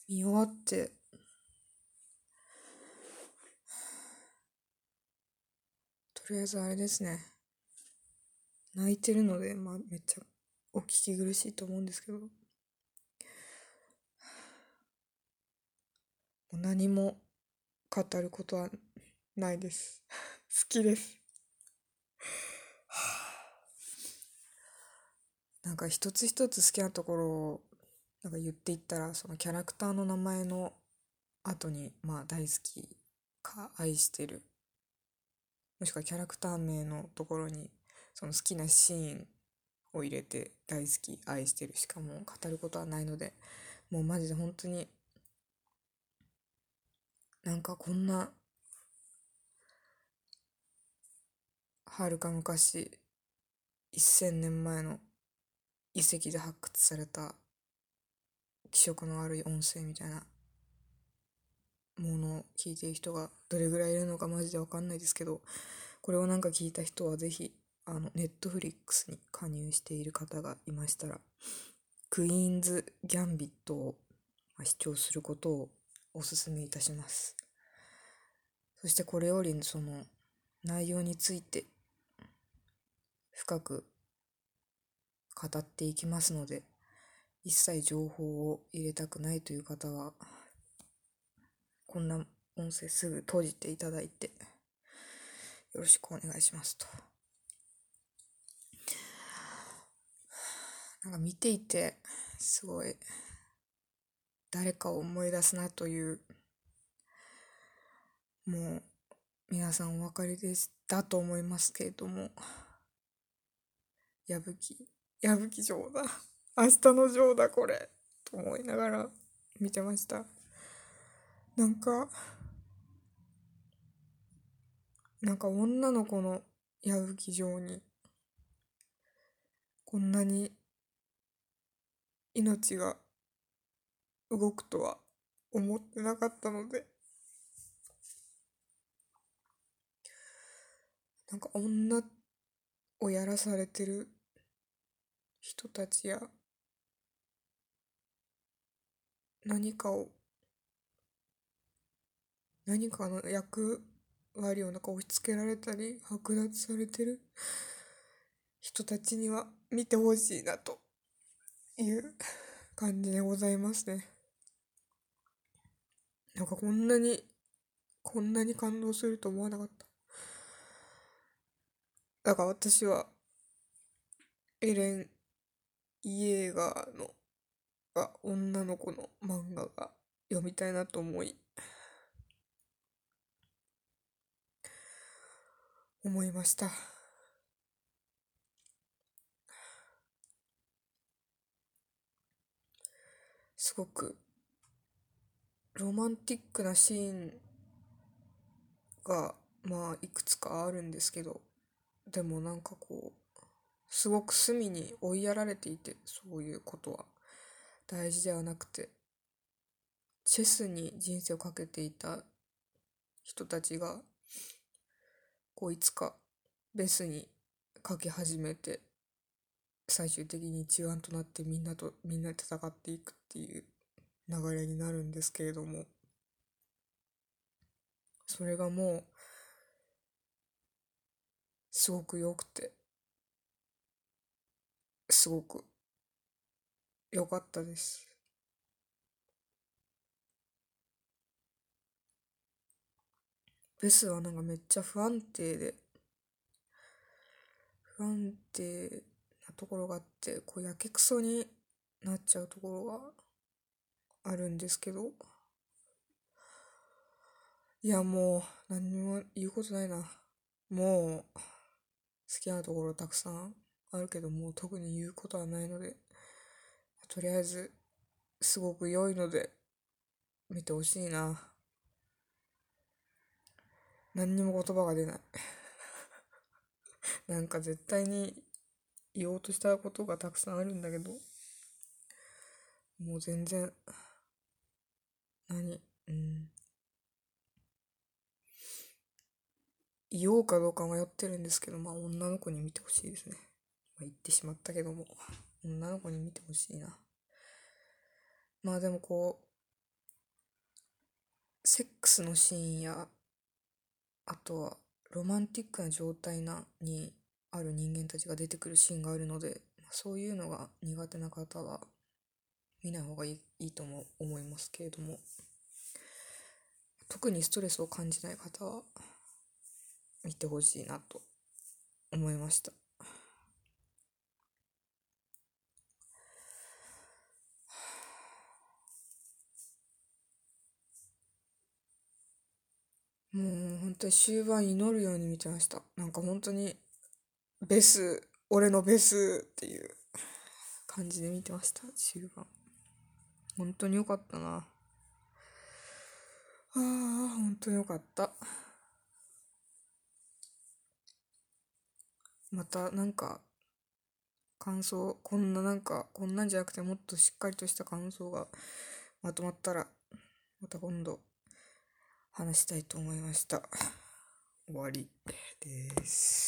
見終わって、とりあえずあれですね。泣いてるので、めっちゃお聞き苦しいと思うんですけど、もう何も語ることはないです。好きです。なんか一つ一つ好きなところをなんか言っていったら、そのキャラクターの名前の後に、大好きか愛してる、もしくはキャラクター名のところにその好きなシーンを入れて大好き愛してるしかも語ることはないので、もうマジで本当になんかこんなはるか昔1000年前の遺跡で発掘された気色の悪い音声みたいなものを聞いている人がどれぐらいいるのかマジでわかんないですけど、これをなんか聞いた人はぜひネットフリックスに加入している方がいましたら、クイーンズ・ギャンビットを視聴することをお勧めいたします。そしてこれよりその内容について深く語っていきますので、一切情報を入れたくないという方は、こんな音声すぐ閉じていただいて、よろしくお願いしますと。なんか見ていて、すごい、誰かを思い出すなという、もう、皆さんお分かりでしたと思いますけれども、矢吹、矢吹城だ。明日の城だ、これ。と思いながら見てました。なんか、女の子の矢吹城に、こんなに命が動くとは思ってなかったので、なんか女をやらされてる人たちや何かを、何かの役割をなんか押し付けられたり剥奪されてる人たちには見てほしいなという感じでございますね。なんかこんなに感動すると思わなかった。だから私はエレン・イエーガーの女の子の漫画が読みたいなと思いました。すごくロマンティックなシーンがいくつかあるんですけど、でもなんかこうすごく隅に追いやられていて、そういうことは大事ではなくて、チェスに人生をかけていた人たちがこういつかベスにかけ始めて、最終的に一丸となってみんなで戦っていくっていう流れになるんですけれども、それがもうすごく良くて、すごく良かったです。ベスはなんかめっちゃ不安定なところがあって、こうやけくそになっちゃうところがあるんですけど、いやもう何にも言うことないな。もう好きなところたくさんあるけど、もう特に言うことはないので、とりあえずすごく良いので見てほしいな。何にも言葉が出ない。なんか絶対に言おうとしたことがたくさんあるんだけど、もう全然、うん、言おうかどうか迷ってるんですけど、女の子に見てほしいですね。言ってしまったけども、女の子に見てほしいな。でもこう、 セックスのシーンや、あとはロマンティックな状態にある人間たちが出てくるシーンがあるので、そういうのが苦手な方は見ない方がいいとも思いますけれども、特にストレスを感じない方は見てほしいなと思いました。もう本当に終盤祈るように見てました。なんか本当に俺のベスっていう感じで見てました、終盤。本当に良かったな。本当に良かった。またなんか感想、こんなんじゃなくてもっとしっかりとした感想がまとまったら、また今度話したいと思いました。終わりです。